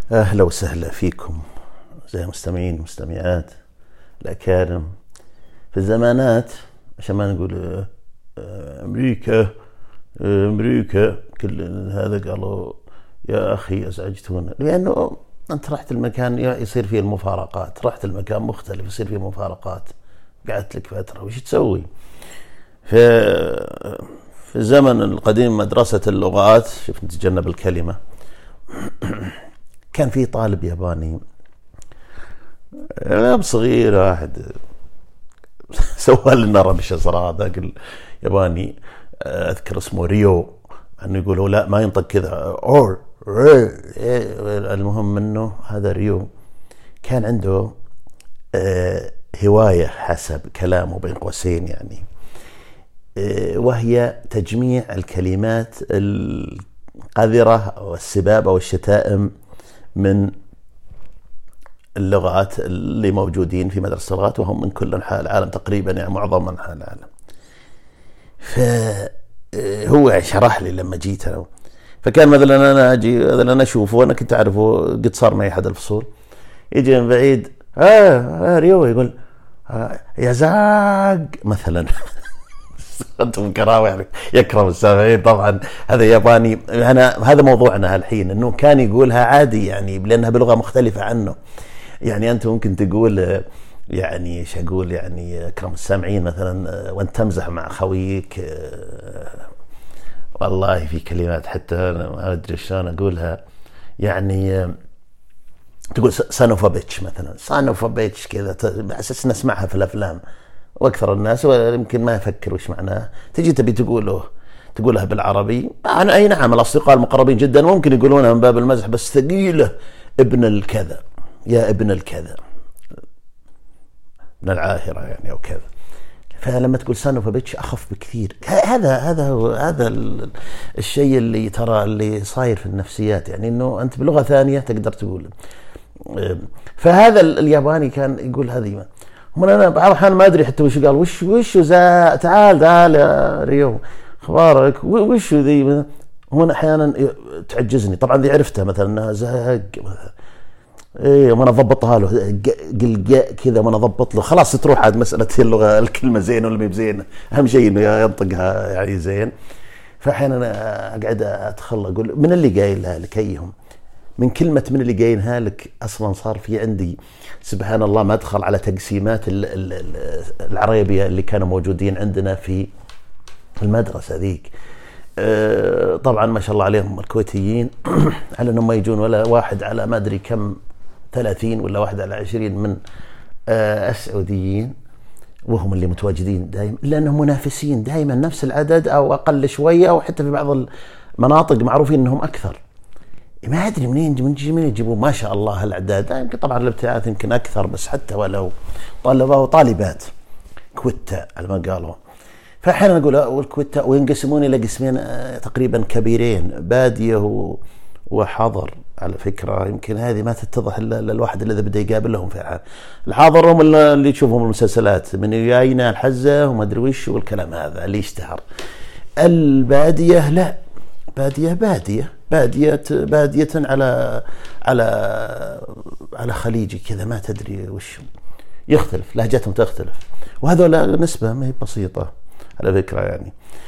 أهلا وسهلا فيكم زي مستمعين مستمعات الأكارم في الزمانات، عشان ما نقول أمريكا أمريكا كل هذا. قالوا يا أخي أزعجتونا، لأنه أنت رحت المكان يصير فيه المفارقات، رحت المكان مختلف يصير فيه مفارقات، قعدت لك فترة وش تسوي؟ في الزمن القديم مدرسة اللغات، شوف نتجنب الكلمة، كان في طالب ياباني صغير واحد سوى لنا ربشة صراحة. ذاك الياباني أذكر اسمه ريو، أنه يقولوا لا ما ينطق كذا المهم منه هذا ريو كان عنده هواية حسب كلامه بين قوسين يعني، وهي تجميع الكلمات القذرة والسباب أو الشتائم من اللغات اللي موجودين في مدرسة اللغات، وهم من كل أنحاء العالم تقريبا، يعني معظم أنحاء العالم. فهو شرح لي لما جيت أنا، فكان مثلا أنا أجي مثلا أشوفه، وأنا كنت أعرفه قد صار معي أحد الفصول، يجي من بعيد ريو يقول يا زاق مثلا. أنتم كراوي يعني يكرم السامعين طبعا، هذا ياباني. هذا موضوعنا الحين، أنه كان يقولها عادي يعني لأنها بلغة مختلفة عنه. يعني أنت ممكن تقول يعني ايش اقول يعني اكرم السامعين مثلا وانت تمزح مع خويك، والله في كلمات حتى انا ما ادري شلون اقولها، يعني تقول سانوفابيتش مثلا، سانوفابيتش كذا على اساس نسمعها في الافلام، واكثر الناس يمكن ما يفكر وش معناها. تجي تبي تقولها بالعربي، انا اي نعم الاصدقاء المقربين جدا ممكن يقولونها من باب المزح، بس ثقيله، ابن الكذا، يا ابن الكذا، من العاهرة يعني أو كذا. فلما تقول سانوفابيتش أخف بكثير. هذا الشيء اللي ترى اللي صاير في النفسيات، يعني إنه أنت بلغة ثانية تقدر تقول. فهذا الياباني كان يقول هذه، أنا بعض الأحيان ما أدري حتى وش قال، وش تعال يا ريو أخبارك، وش ذي. هنا أحيانا تعجزني طبعا، ذي عرفتها مثلا أنها زهق مثلا، ايه وانا اضبطها له قلقاء كذا، وانا اضبط له خلاص تروح عاد مساله اللغه الكلمه زين ولا مي بزين، اهم شيء انه ينطقها يعني زين. فاحيانا اقعد اتخلى اقول من اللي قايلها لك، ايهم من كلمه من اللي قايلها لك اصلا صار في عندي سبحان الله مدخل على تقسيمات العربيه اللي كانوا موجودين عندنا في المدرسه ذيك. طبعا ما شاء الله عليهم الكويتيين على انهم ما يجون ولا واحد على ما ادري كم 30 ولا واحد على 20 من السعوديين، وهم اللي متواجدين دائما، لأنهم منافسين دائما نفس العدد أو أقل شوية، أو حتى في بعض المناطق معروفين أنهم أكثر. ما أدري منين يجيبوا ما شاء الله هالأعداد. يمكن طبعا الابتعاث يمكن أكثر، بس حتى ولو طلبة وطالبات كويتا على ما قالوا. فأحيانا نقول والكويتا، وينقسمون إلى قسمين تقريبا كبيرين، بادية وحاضر. على فكرة يمكن هذه ما تتضح إلا الواحد الذي بدأ يقابلهم في الحاضر، هم اللي يشوفهم المسلسلات من ياينا الحزة وما أدري وش والكلام هذا اللي يشتهر. البادية لا، بادية على خليجي كذا، ما تدري وش، يختلف لهجتهم تختلف، وهذا نسبة ما هي بسيطة على فكرة يعني.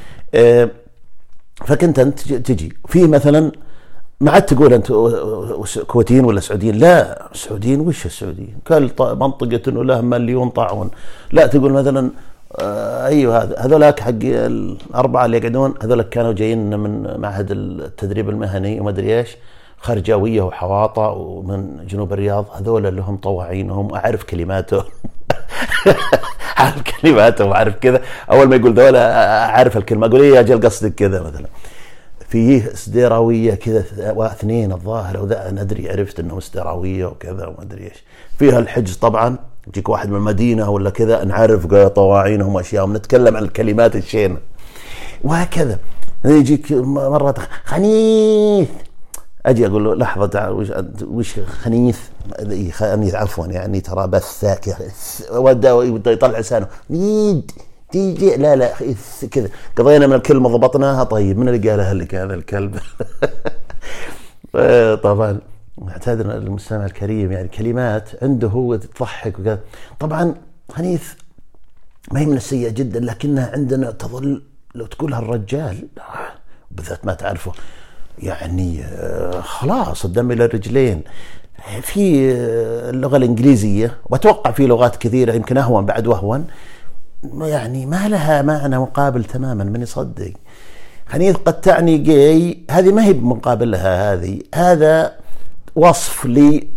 فكنت أنت تجي في مثلا ما عاد تقول أنت كويتيين ولا سعوديين، لا سعوديين، وش السعوديين؟ كل منطقة له مليون طاعون. لا تقول مثلا أيوه هذولاك حق الأربعة اللي يقعدون، هذولاك كانوا جايين من معهد التدريب المهني وما أدري إيش، خرجاوية وحواطة ومن جنوب الرياض، هذول لهم طواعينهم، أعرف كلماتهم أعرف كلماتهم وأعرف كذا. أول ما يقول ذولا أعرف الكلمة، أقول إيه يا جل قصدك كذا مثلا. فيه سديراوية كذا واثنين الظاهر، وذا ندري عرفت انهم سديراوية وكذا وما ادري ايش. فيها الحجز طبعا، يجيك واحد من المدينة ولا كذا نعرف طواعينهم واشياء، نتكلم عن الكلمات الشينة وهكذا. يجيك مرة خنيث، اجي اقول له لحظة تعال وش خنيث؟ خنيث عفوا يعني ترى بث ودا يطلع لسانه نيد تيجي لا كذا، قضينا من الكلمة ضبطناها. طيب من اللي قالها لك هذا الكلب؟ طبعا اعتذر المستمع الكريم، يعني كلمات عنده هو تضحك وكذا. طبعا خنيث ما هي من السيئة جدا، لكنها عندنا تظل لو تقولها الرجال بالذات ما تعرفه يعني خلاص الدم إلى الرجلين. في اللغة الإنجليزية وأتوقع في لغات كثيرة يمكن أهون بعد وهون، يعني ما لها معنى مقابل تماما. من يصدق خنيث قد تعني جاي، هذه ما هي بمقابلها، هذا وصف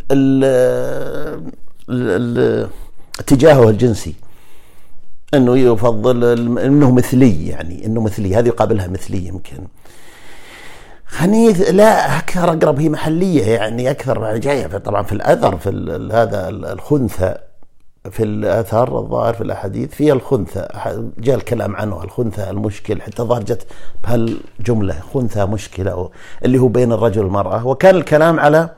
اتجاهه الجنسي، انه يفضل انه مثلي، يعني انه مثلي، هذه يقابلها مثلي. يمكن خنيث لا اكثر اقرب هي محليه، يعني اكثر جايه طبعا في الاثر، في هذا الخنثى في الاثار الظاهر في الاحاديث فيها الخنثى، جاء الكلام عنه الخنثى المشكل، حتى ظهر جت بهالجمله خنثى مشكله اللي هو بين الرجل والمراه. وكان الكلام على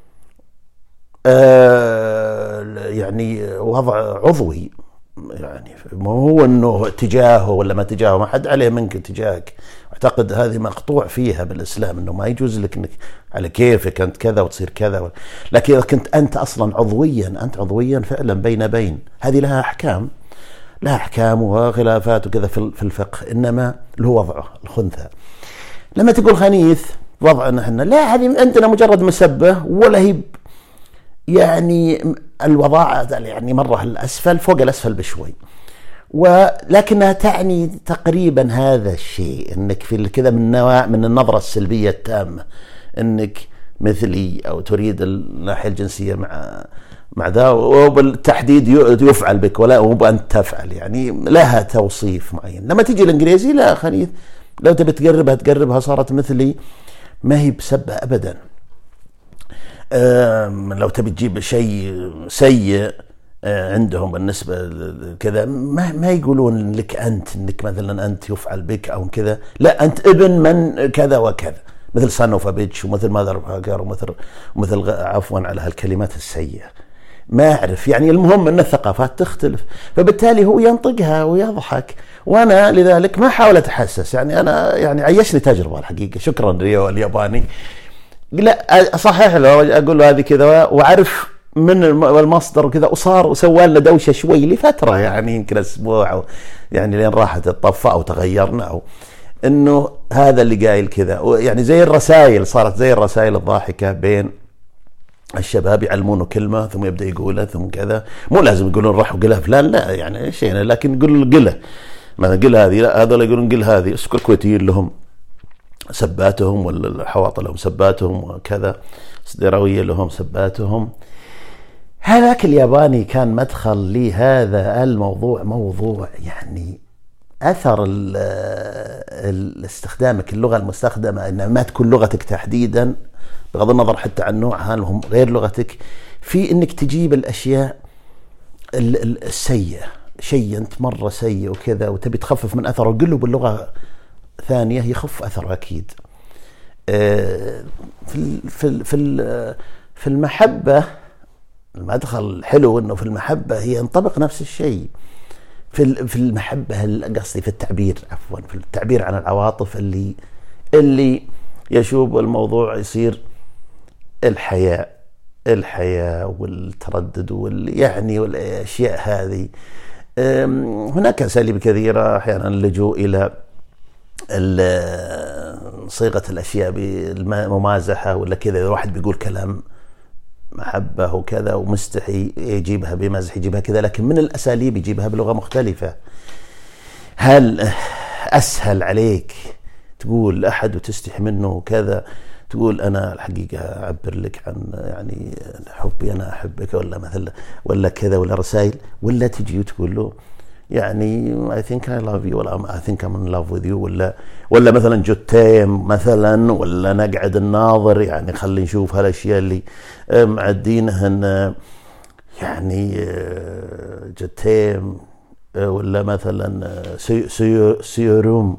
يعني وضع عضوي، يعني مو هو انه اتجاهه ولا ما اتجاهه، ما حد عليه منك اتجاهك. اعتقد هذه مقطوع فيها بالاسلام، انه ما يجوز لك انك على كيفك انت كذا وتصير كذا. لكن اذا كنت انت اصلا انت عضويا فعلا بين هذه لها احكام وخلافات وكذا في الفقه، انما اللي هو وضعه الخنثى. لما تقول خنيث وضعنا احنا لا، هذه عندنا مجرد مسبه، ولا هي يعني الوضاعة يعني مرة الأسفل فوق الأسفل بشوي، ولكنها تعني تقريبا هذا الشيء، انك في كذا من النظرة السلبية التامة، انك مثلي او تريد الناحية الجنسية مع ذا، وبالتحديد يفعل بك ولا مو أنت تفعل، يعني لها توصيف معين. لما تيجي الانجليزي لا خنيث، لو تبي تقربها صارت مثلي، ما هي بسبة ابدا. لو تبي تجيب شيء سيء عندهم بالنسبة كذا، ما يقولون لك انك مثلا انت يفعل بك او كذا، لا انت ابن من كذا وكذا، مثل سان اوف بيتش ومثل ماذر هاجر ومثل عفوا على هالكلمات السيئة. ما اعرف، يعني المهم ان الثقافات تختلف، فبالتالي هو ينطقها ويضحك، وانا لذلك ما حاول اتحسس. يعني انا يعني عيشني تجربة الحقيقة، شكرا ريو الياباني. لا صحيح له اقول له هذه كذا، وعرف من المصدر وكذا، وصار وسوى لنا دوشه شوي لفتره، يعني يمكن اسبوع أو يعني لين راحت الطفه او تغيرنا، او انه هذا اللي قايل كذا. يعني زي الرسائل، صارت زي الرسائل الضاحكه بين الشباب، يعلمونه كلمه ثم يبدا يقولها ثم كذا. مو لازم يقولون روح وقلها فلان، لا يعني شيء، لكن يقول قله مثلا، قل هذه، لا هذول يقولون قل هذه. الكويتيين لهم سباتهم، ولا الحواطة لهم سباتهم وكذا، السدراوية لهم سباتهم. هذاك الياباني كان مدخل لهذا الموضوع، موضوع يعني أثر استخدامك اللغة المستخدمة، إنها ما تكون لغتك تحديدا بغض النظر حتى عن نوعها، هم غير لغتك، في إنك تجيب الأشياء السيئة، شيء أنت مرة سيء وكذا وتبي تخفف من أثره، قل له باللغة ثانية يخف أثره أكيد. في المحبة المدخل حلو، إنه في المحبة هي ينطبق نفس الشيء. في المحبة قصدي في التعبير، عفوا في التعبير عن العواطف اللي يشوب الموضوع، يصير الحياة والتردد يعني والأشياء هذه. هناك أساليب كثيرة، أحيانا اللجوء إلى صيغة الأشياء بالممازحة ولا كذا. إذا واحد بيقول كلام محبة وكذا ومستحي يجيبها بمزح، يجيبها كذا، لكن من الأساليب يجيبها بلغة مختلفة. هل أسهل عليك تقول أحد وتستحي منه وكذا، تقول أنا الحقيقة أعبر لك عن يعني حبي، أنا أحبك، ولا مثلا ولا كذا، ولا رسائل، ولا تجي وتقول له يعني I think I love you، ولا I think I'm in love with you، ولا مثلا جتيم مثلا، ولا نقعد الناظر، يعني خلي نشوف هالاشياء اللي معدينهن، يعني جتيم، ولا مثلا سيروم،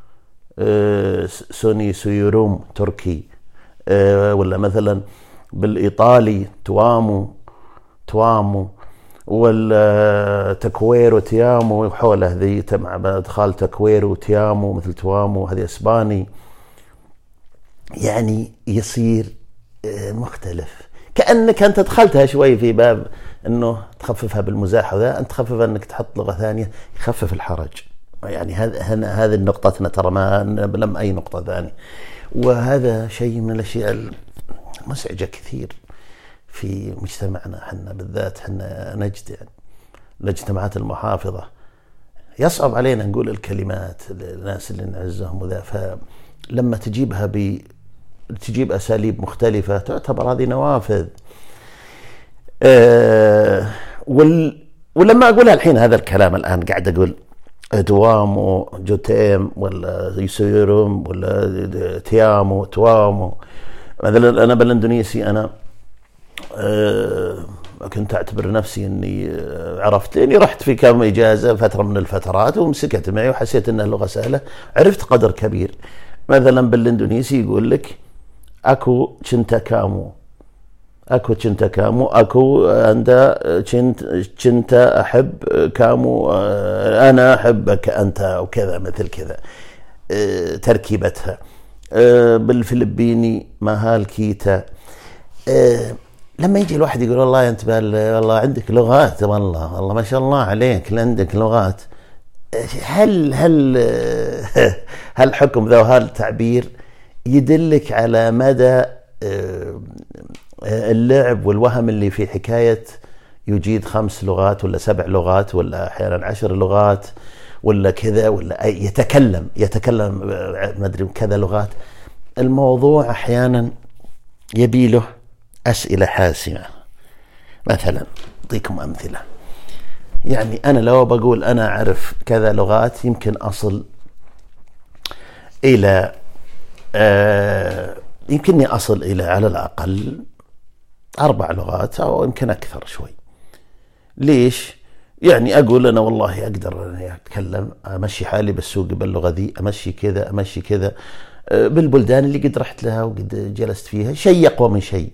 سوني سيروم تركي، ولا مثلا بالإيطالي توامو، ولا تكويرو تيامو، حوله ذي مع ادخال تكويرو تيامو مثل توامو، هذه اسباني. يعني يصير مختلف، كأنك أنت دخلتها شوي في باب أنه تخففها بالمزاح، وذا أنت تخففها أنك تحط لغة ثانية يخفف الحرج. يعني هذه نقطتنا ترى، ما لم أي نقطة ثانية. وهذا شيء من الأشياء المزعجة كثير في مجتمعنا، حنا بالذات حنا نجد، يعني المجتمعات المحافظة يصعب علينا نقول الكلمات للناس اللي نعزهم وذا، فلما تجيب أساليب مختلفة تعتبر هذه نوافذ. ولما أقولها الحين هذا الكلام الآن قاعد أقول دوامو جوتيم ولا يسيرم ولا تيامو توامو. مثلا أنا بالإندونيسي أنا كنت أعتبر نفسي أني عرفت، لأني رحت في كم إجازة فترة من الفترات ومسكت معي وحسيت أنها اللغة سهلة، عرفت قدر كبير. مثلا بالإندونيسي يقول لك أكو تشنتا كامو، أكو تشنتا كامو، أكو أنت تشنتا أحب كامو، أنا أحبك أنت، وكذا مثل كذا تركيبتها. بالفلبيني ماهال كيتا. لما يجي الواحد يقول والله أنت والله عندك لغات، والله ما شاء الله عليك عندك لغات، هل حكم ذا وهل تعبير يدلك على مدى اللعب والوهم اللي في حكاية يجيد 5 لغات ولا 7 لغات ولا أحيانا 10 لغات ولا كذا، ولا يتكلم ما أدري كذا لغات. الموضوع أحيانا يبيله أسئلة حاسمة. مثلا أعطيكم أمثلة، يعني أنا لو بقول أنا أعرف كذا لغات يمكن أصل إلى يمكنني أصل إلى على الأقل 4 لغات أو يمكن أكثر شوي. ليش؟ يعني أقول أنا والله أقدر أتكلم أمشي حالي بالسوق باللغة ذي، أمشي كذا بالبلدان اللي قد رحت لها وقد جلست فيها، شيء يقوى من شيء.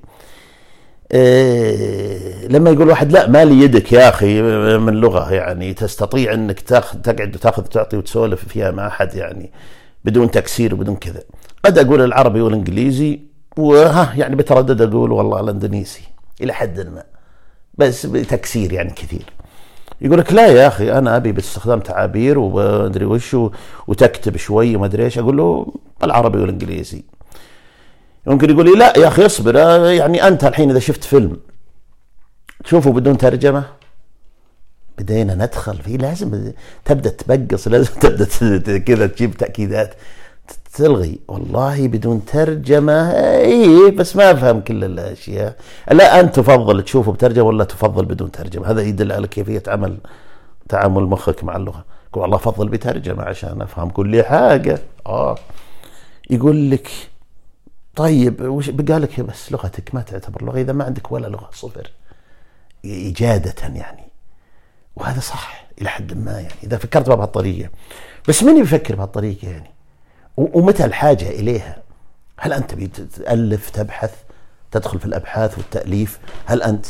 لما يقول واحد لا ما لي يدك يا أخي من لغة، يعني تستطيع أنك تقعد وتأخذ تعطي وتسولف فيها مع أحد يعني بدون تكسير وبدون كذا. قد أقول العربي والإنجليزي يعني بتردد أقول والله الإندونيسي إلى حد ما، بس بتكسير يعني كثير. يقولك لا يا أخي أنا أبي باستخدام تعابير ومدري وش وتكتب شوي وما أدري إيش، أقول له العربي والإنجليزي. يمكن يقول لي لا يا أخي اصبر، يعني أنت الحين إذا شفت فيلم تشوفه بدون ترجمة، بدينا ندخل فيه، لازم تبدأ تبقص، لازم تبدأ كذا تجيب تأكيدات، تلغي والله بدون ترجمة. إيه بس ما أفهم كل الأشياء. لا أنت تفضل تشوفه بترجمة ولا تفضل بدون ترجمة؟ هذا يدل على كيفية تعامل مخك مع اللغة. يقول والله أفضل بترجمة عشان أفهم كل حاجة. يقول لك طيب وش بقالك؟ بس لغتك ما تعتبر لغة إذا ما عندك ولا لغة، صفر إجادة يعني. وهذا صح إلى حد ما، يعني إذا فكرت بهالطريقة. بس من يفكر بهالطريقة يعني؟ ومتى الحاجة إليها؟ هل أنت بتألف تبحث تدخل في الأبحاث والتأليف؟ هل أنت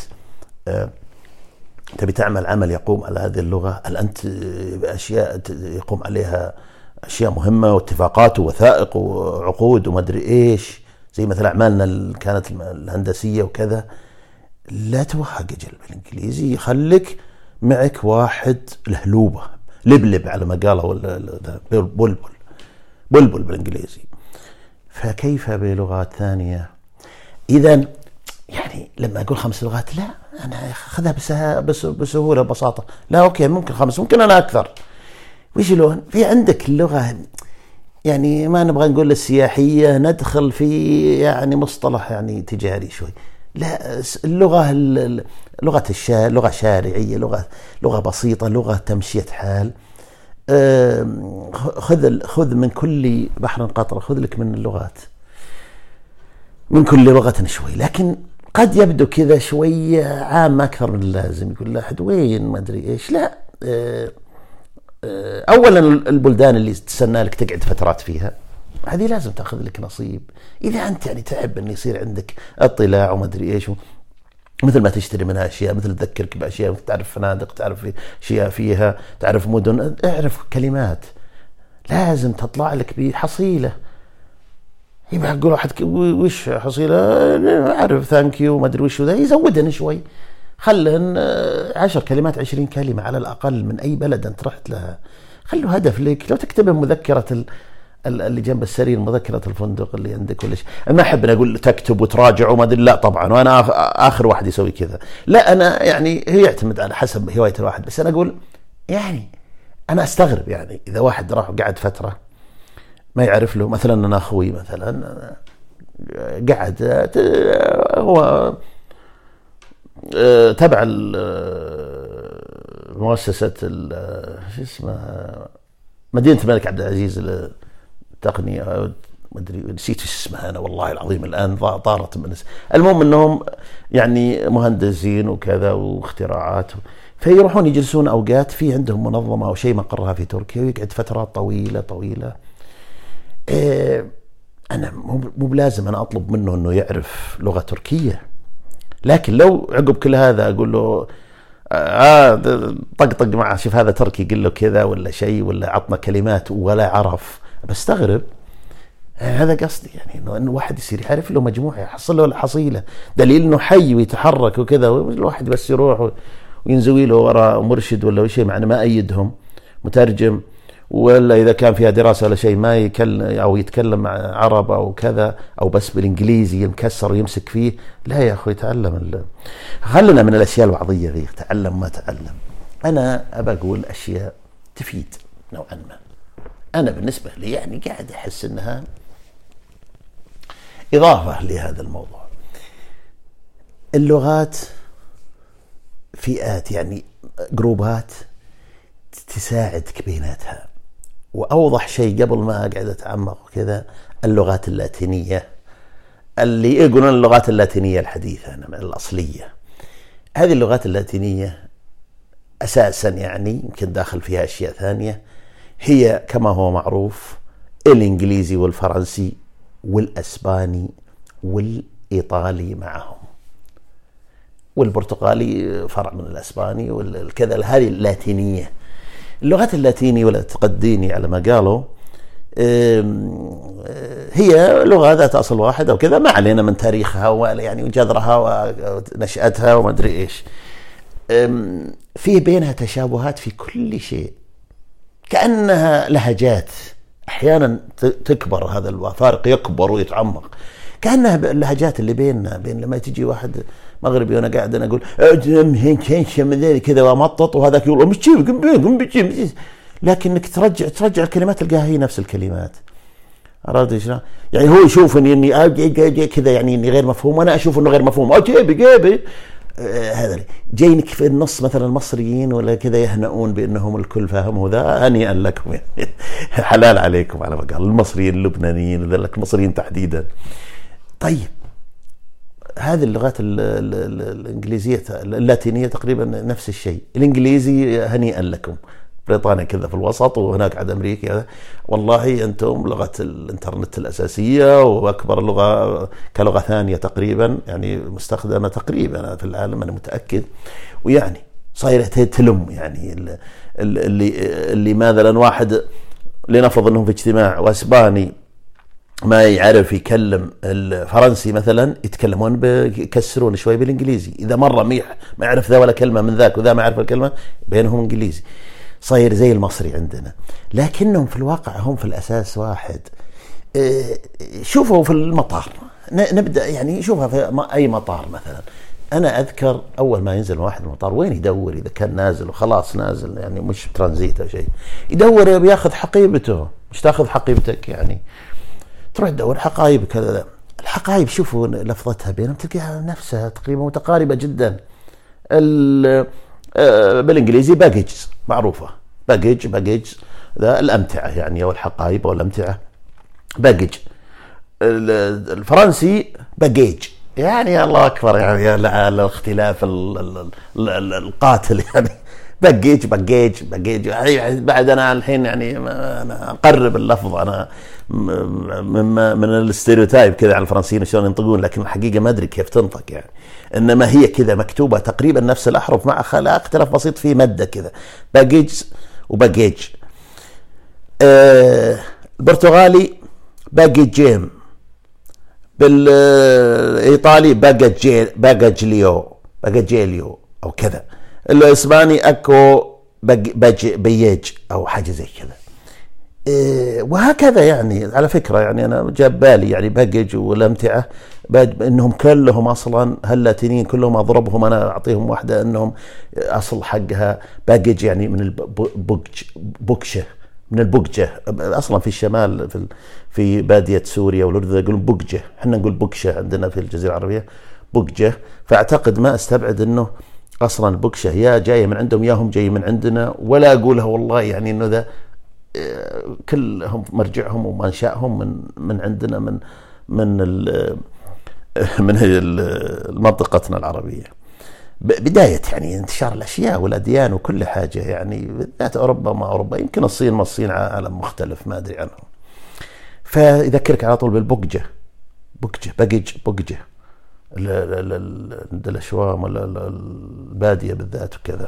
تبي تعمل عمل يقوم على هذه اللغة؟ هل أنت أشياء يقوم عليها أشياء مهمة واتفاقات ووثائق وعقود ومدري إيش، زي مثل أعمالنا كانت الهندسية وكذا؟ لا توهق أجل بالإنجليزي، خليك معك واحد لهلوبة لبلب على ما قاله بلبل بالإنجليزي، فكيف بلغات ثانية؟ إذن يعني لما أقول 5 لغات لا أنا أخذها بسهولة وبساطة، لا أوكي ممكن 5 ممكن أنا أكثر. وش لون في عندك اللغة، يعني ما نبغى نقول السياحية، ندخل في يعني مصطلح يعني تجاري شوي. لا اللغة لغة شارعية، لغة بسيطة، لغة تمشية حال. خذ من كل بحر قطرة، خذ لك من اللغات من كل لغة شوي. لكن قد يبدو كذا شوية عام أكثر من اللازم. يقول لا أحد وين ما أدري إيش. لا أولا البلدان اللي تستنى لك تقعد فترات فيها هذه لازم تأخذ لك نصيب. إذا أنت يعني تحب أن يصير عندك اطلاع وما أدري إيش، مثل ما تشتري منها أشياء، مثل تذكرك بأشياء، تعرف فنادق، تعرف أشياء فيها، تعرف مدن، اعرف كلمات، لازم تطلع لك بحصيلة. يبقى يقول واحد وش حصيلة أعرف ثانك يو ما أدري وش ذا، يزودهن شوي، خلهن 10 كلمات 20 كلمة على الأقل من أي بلد أنت رحت لها. خلوا هدف لك، لو تكتبها مذكرة اللي جنب السرير، مذكرة الفندق اللي عندك ولا شيء. ما أحب أن أقول تكتب وتراجع وما أدري، لا طبعا، وأنا آخر واحد يسوي كذا، لا أنا يعني هي يعتمد على حسب هواية الواحد. بس أنا أقول يعني أنا أستغرب يعني إذا واحد راح وقعد فترة ما يعرف له، مثلا أنا أخوي مثلا قعد هو تبع مؤسسة شو اسمها مدينة الملك عبد العزيز للتقنية، ما أدري نسيت ايش اسمها أنا والله العظيم الآن طارت من المهم أنهم يعني مهندسين وكذا واختراعات، فيروحون يجلسون أوقات في عندهم منظمة أو شيء مقرها في تركيا، ويقعد فترات طويلة. أنا مو بلازم أنا أطلب منه أنه يعرف لغة تركية، لكن لو عقب كل هذا أقول له طقطق معه، شوف هذا تركي، قل له كذا ولا شيء، ولا عطنا كلمات ولا عرف، بستغرب. هذا قصدي يعني انه واحد يصير يعرف له مجموعه، يحصل له الحصيله، دليل انه حي ويتحرك وكذا. الواحد بس يروح وينزوي له وراء مرشد ولا شيء، معنى ما ايدهم مترجم، ولا اذا كان فيها دراسه ولا شيء ما يكلم او يتكلم مع عرب او كذا، او بس بالانجليزي المكسر ويمسك فيه. لا يا اخوي تعلم، خلنا من الاشياء الوعظيه ذي، تعلم ما تعلم. انا ابى اقول اشياء تفيد نوعا ما. انا بالنسبه لي يعني قاعد احس انها اضافه لهذا الموضوع. اللغات فئات يعني جروبات تساعدك بيناتها، وأوضح شيء قبل ما أقعد أتعمق كذا اللغات اللاتينية، اللي يقولون اللغات اللاتينية الحديثة الأصلية. هذه اللغات اللاتينية أساسا يعني يمكن داخل فيها أشياء ثانية، هي كما هو معروف الإنجليزي والفرنسي والأسباني والإيطالي معهم، والبرتغالي فرع من الأسباني والكذا. هذه اللاتينية. اللغات اللاتينية ولا تقديني على ما قالوا هي لغة ذات أصل واحد أو كذا، ما علينا من تاريخها يعني وجذرها ونشأتها وما أدري إيش. في بينها تشابهات في كل شيء، كأنها لهجات. أحيانا تكبر هذا الفارق، يكبر ويتعمق، كأنها اللهجات اللي بيننا بين لما تجي واحد مغربي وانا قاعد انا اقول كذا وامطط، وهذاك يقول مش قم، لكنك ترجع الكلمات تلقاها هي نفس الكلمات. عرفت ايش يعني؟ هو يشوفني اني كذا يعني اني غير مفهوم، وانا اشوف انه غير مفهوم. جيبي هذا جاينك في النص. مثلا المصريين ولا كذا يهنؤون بانهم الكل فاهمه ذا، هنيئا لكم يعني حلال عليكم على ما قال المصريين اللبنانيين ذلك المصريين تحديدا. طيب هذه اللغات الإنجليزية اللاتينية تقريبا نفس الشيء. الإنجليزي هنيئا لكم، بريطانيا كذا في الوسط، وهناك عاد أمريكا. والله أنتم لغة الإنترنت الأساسية، وأكبر لغة كلغة ثانية تقريبا يعني مستخدمة تقريبا في العالم أنا متأكد. ويعني صايرة تلم يعني اللي مثلا واحد لنفرض أنهم في اجتماع وأسباني ما يعرف يكلم الفرنسي مثلا، يتكلمون بيكسرون شوي بالإنجليزي. إذا مرة ما يعرف ذا ولا كلمة من ذاك وذا ما يعرف الكلمة، بينهم إنجليزي. صاير زي المصري عندنا، لكنهم في الواقع هم في الأساس واحد. شوفوا في المطار، نبدأ يعني شوفها في أي مطار مثلا. أنا أذكر أول ما ينزل واحد المطار وين يدور؟ إذا كان نازل وخلاص نازل يعني مش ترانزيت أو شيء، يدور بياخذ حقيبته. مش تاخذ حقيبتك يعني، تروح تدور حقائب كذا. الحقائب شوفوا لفظتها بينهم تلقاها نفسها تقريبا متقاربة جدا. بالإنجليزي باجج معروفة، باجج ذا الأمتعة يعني، أو الحقائب أو الأمتعة باجج. الفرنسي باجيج يعني الله أكبر يعني الاختلاف القاتل يعني. باجيج بعد أنا الحين يعني أنا أقرب اللفظ أنا من الاستيريوتايب كذا على الفرنسيين شلون ينطقون، لكن الحقيقة ما أدري كيف تنطق يعني. إنما هي كذا مكتوبة تقريبا نفس الأحرف مع اختلاف بسيط في مادة كذا، باجيج وباجيج. البرتغالي باجيجيم، بالايطالي باجاجيليو او كذا. الاسباني اكو بيج او حاجه زي كذا. وهكذا يعني. على فكره يعني انا جاب بالي يعني باجج والامتعه انهم كلهم اصلا هاللاتينيين كلهم اضربهم انا اعطيهم واحده انهم اصل حقها باجج يعني من البوكشه، من البقجه اصلا في الشمال في باديه سوريا والاردن يقولون بقجه، احنا نقول بقشه عندنا في الجزيره العربيه بقجه. فاعتقد ما استبعد انه اصلا البقشه يا جايه من عندهم يا هم جاي من عندنا، ولا اقولها والله يعني انه ذا كلهم مرجعهم ومنشأهم من عندنا من منطقتنا العربية. بداية يعني انتشار الأشياء والأديان وكل حاجة يعني، بالذات أوروبا ما أوروبا، يمكن الصين ما الصين عالم مختلف ما أدري عنهم. فيذكرك على طول بالبقجة، بقجة الأشوام ولا البادية بالذات وكذا.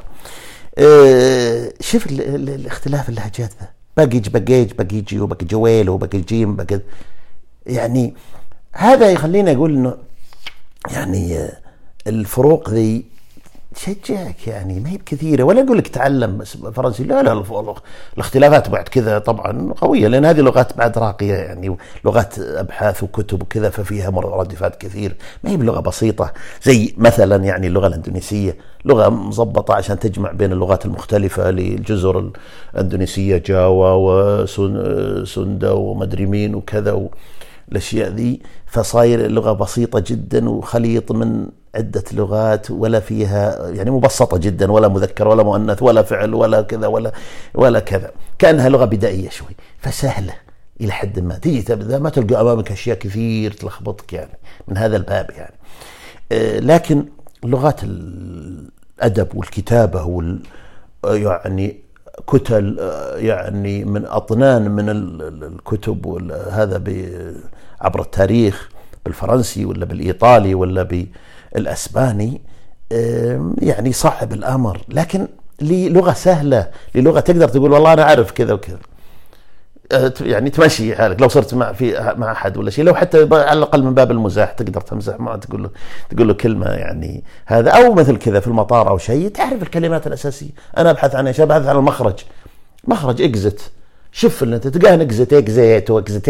شوف الاختلاف اللهجات ذا، بقيجي وبقجويل وبقجيم يعني هذا يخلينا أقول إنه يعني الفروق ذي تشجعك يعني ما هي بكثيرة. ولا أقول لك تعلم فرنسي، لا الاختلافات بعد كذا طبعا قوية، لأن هذه لغات بعد راقية يعني، لغات أبحاث وكتب وكذا، ففيها مرادفات كثير، ما هي بلغة بسيطة زي مثلا يعني اللغة الأندونيسية، لغة مضبطة عشان تجمع بين اللغات المختلفة للجزر الأندونيسية، جاوا وسوندا ومدري مين وكذا الأشياء ذي. فصاير اللغة بسيطة جدا وخليط من عدة لغات، ولا فيها يعني مبسطة جدا، ولا مذكر ولا مؤنث ولا فعل ولا كذا ولا كذا، كأنها لغة بدائية شوي، فسهلة إلى حد ما. تيجي ما تلقى أمامك أشياء كثير تلخبطك يعني من هذا الباب يعني. لكن لغات الأدب والكتابة يعني كتل يعني من أطنان من الكتب وهذا عبر التاريخ بالفرنسي ولا بالإيطالي ولا بالأسباني، يعني صعب الأمر. لكن لغة سهلة، لغة تقدر تقول والله أنا أعرف كذا وكذا، يعني تمشي حالك. لو صرت مع أحد ولا شيء، لو حتى على الأقل من باب المزاح تقدر تمزح معه، تقول له كلمة يعني هذا، أو مثل كذا في المطار أو شيء تعرف الكلمات الأساسية. أنا أبحث عن إيش؟ أبحث عن المخرج إكزت، شوف اللي انت تلقاه اكزيت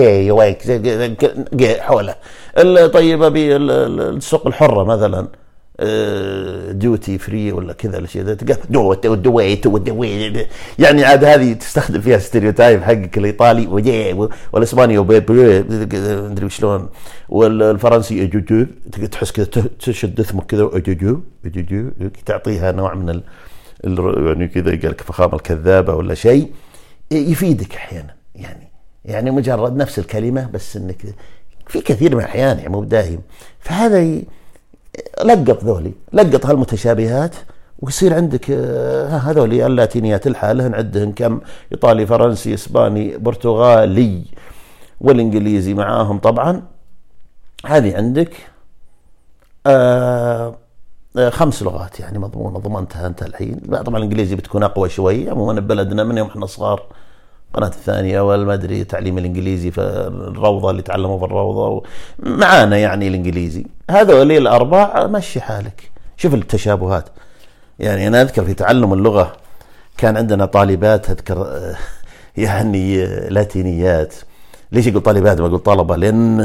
حوله. طيب ابي السوق الحره مثلا ديوتي فري ولا كذا الاشياء تلقاه دويت يعني عاد هذه تستخدم فيها ستيريوتايب حقك الايطالي والاسباني مدري شلون، والفرنسي تحس كذا تشد اسمك كذا تعطيها نوع من يعني كذا قالك فخامه الكذابه ولا شيء يفيدك احيانا يعني مجرد نفس الكلمه بس انك في كثير من الاحيان يعني مو دايم. فهذا لقط هالمتشابهات ويصير عندك هذولي اللاتينيات الحالة عندهن كم ايطالي فرنسي اسباني برتغالي والانجليزي معاهم طبعا. هذه عندك 5 لغات يعني مضمونة ضمنتها انت الحين. طبعا الانجليزي بتكون اقوى شوي، عموما بلدنا من يوم احنا صغار قناة الثانية ولا ادري تعليم الانجليزي في الروضة اللي تعلموا في الروضة معانا يعني الانجليزي. هذول 4 مشي حالك. شوف التشابهات يعني. انا اذكر في تعلم اللغة كان عندنا طالبات، اذكر يعني لاتينيات. ليش اقول طالبات ما اقول طلبة؟ لان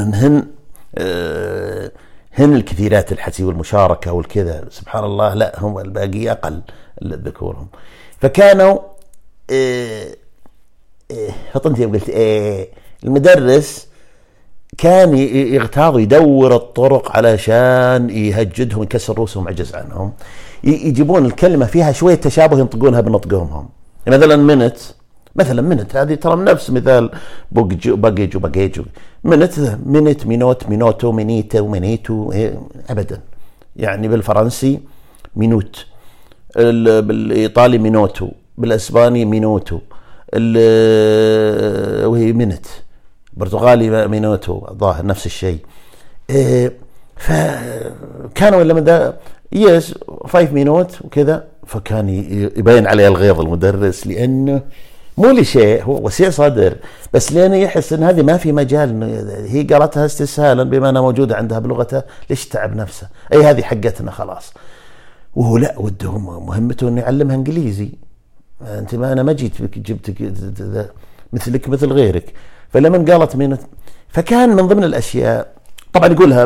هن الكثيرات الحكي والمشاركة والكذا سبحان الله. لا هم الباقي أقل ذكورهم. فكانوا فطنتي قلت المدرس كان يغتاظ يدور الطرق علشان يهجدهم يكسر رؤوسهم عجز عنهم. يجيبون الكلمة فيها شوية تشابه ينطقونها بنطقهم هم. مثلا منت هذه ترى من نفس مثال بقج وبقيج. منت مينوت مينوتو مينيتا ومينيتو أبدا يعني. بالفرنسي مينوت، بالإيطالي مينوتو، بالأسباني مينوتو وهي منت، برتغالي مينوتو ظاهر نفس الشيء. فكانوا لما ذا 5 مينوت وكذا، فكان يبين عليه الغيظ المدرس لأنه مو لشيء، هو وسيع صدر، بس لأنه يحس ان هذه ما في مجال، هي قالتها استسهالا بما انها موجودة عندها بلغتها، ليش تعب نفسه؟ اي هذه حقتنا خلاص. وهو لا، وده مهمته انه يعلمها انجليزي. انت ما انا ما جيت جبتك مثلك مثل غيرك. فلما قالت مينوت، فكان من ضمن الاشياء طبعا يقولها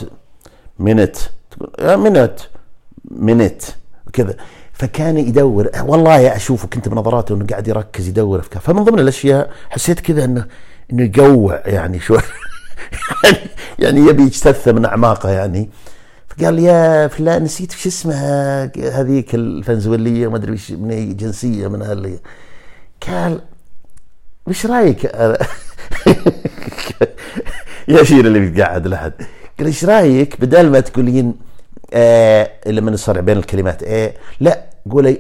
مينت كذا. فكان يدور، والله اشوفه كنت بنظراته انه قاعد يركز يدور افكار. فمن ضمن الاشياء حسيت كذا انه يجوع يعني شوي يعني يبي يجتث من اعماقه يعني. فقال يا فلان نسيت وش اسمها هذيك الفنزويليه ما ادري وش من اي جنسيه من هاللي. قال وش رايك يا شير اللي بيتقعد لحد. قال ايش رايك بدل ما تقولين لما نصرع بين الكلمات لا قولي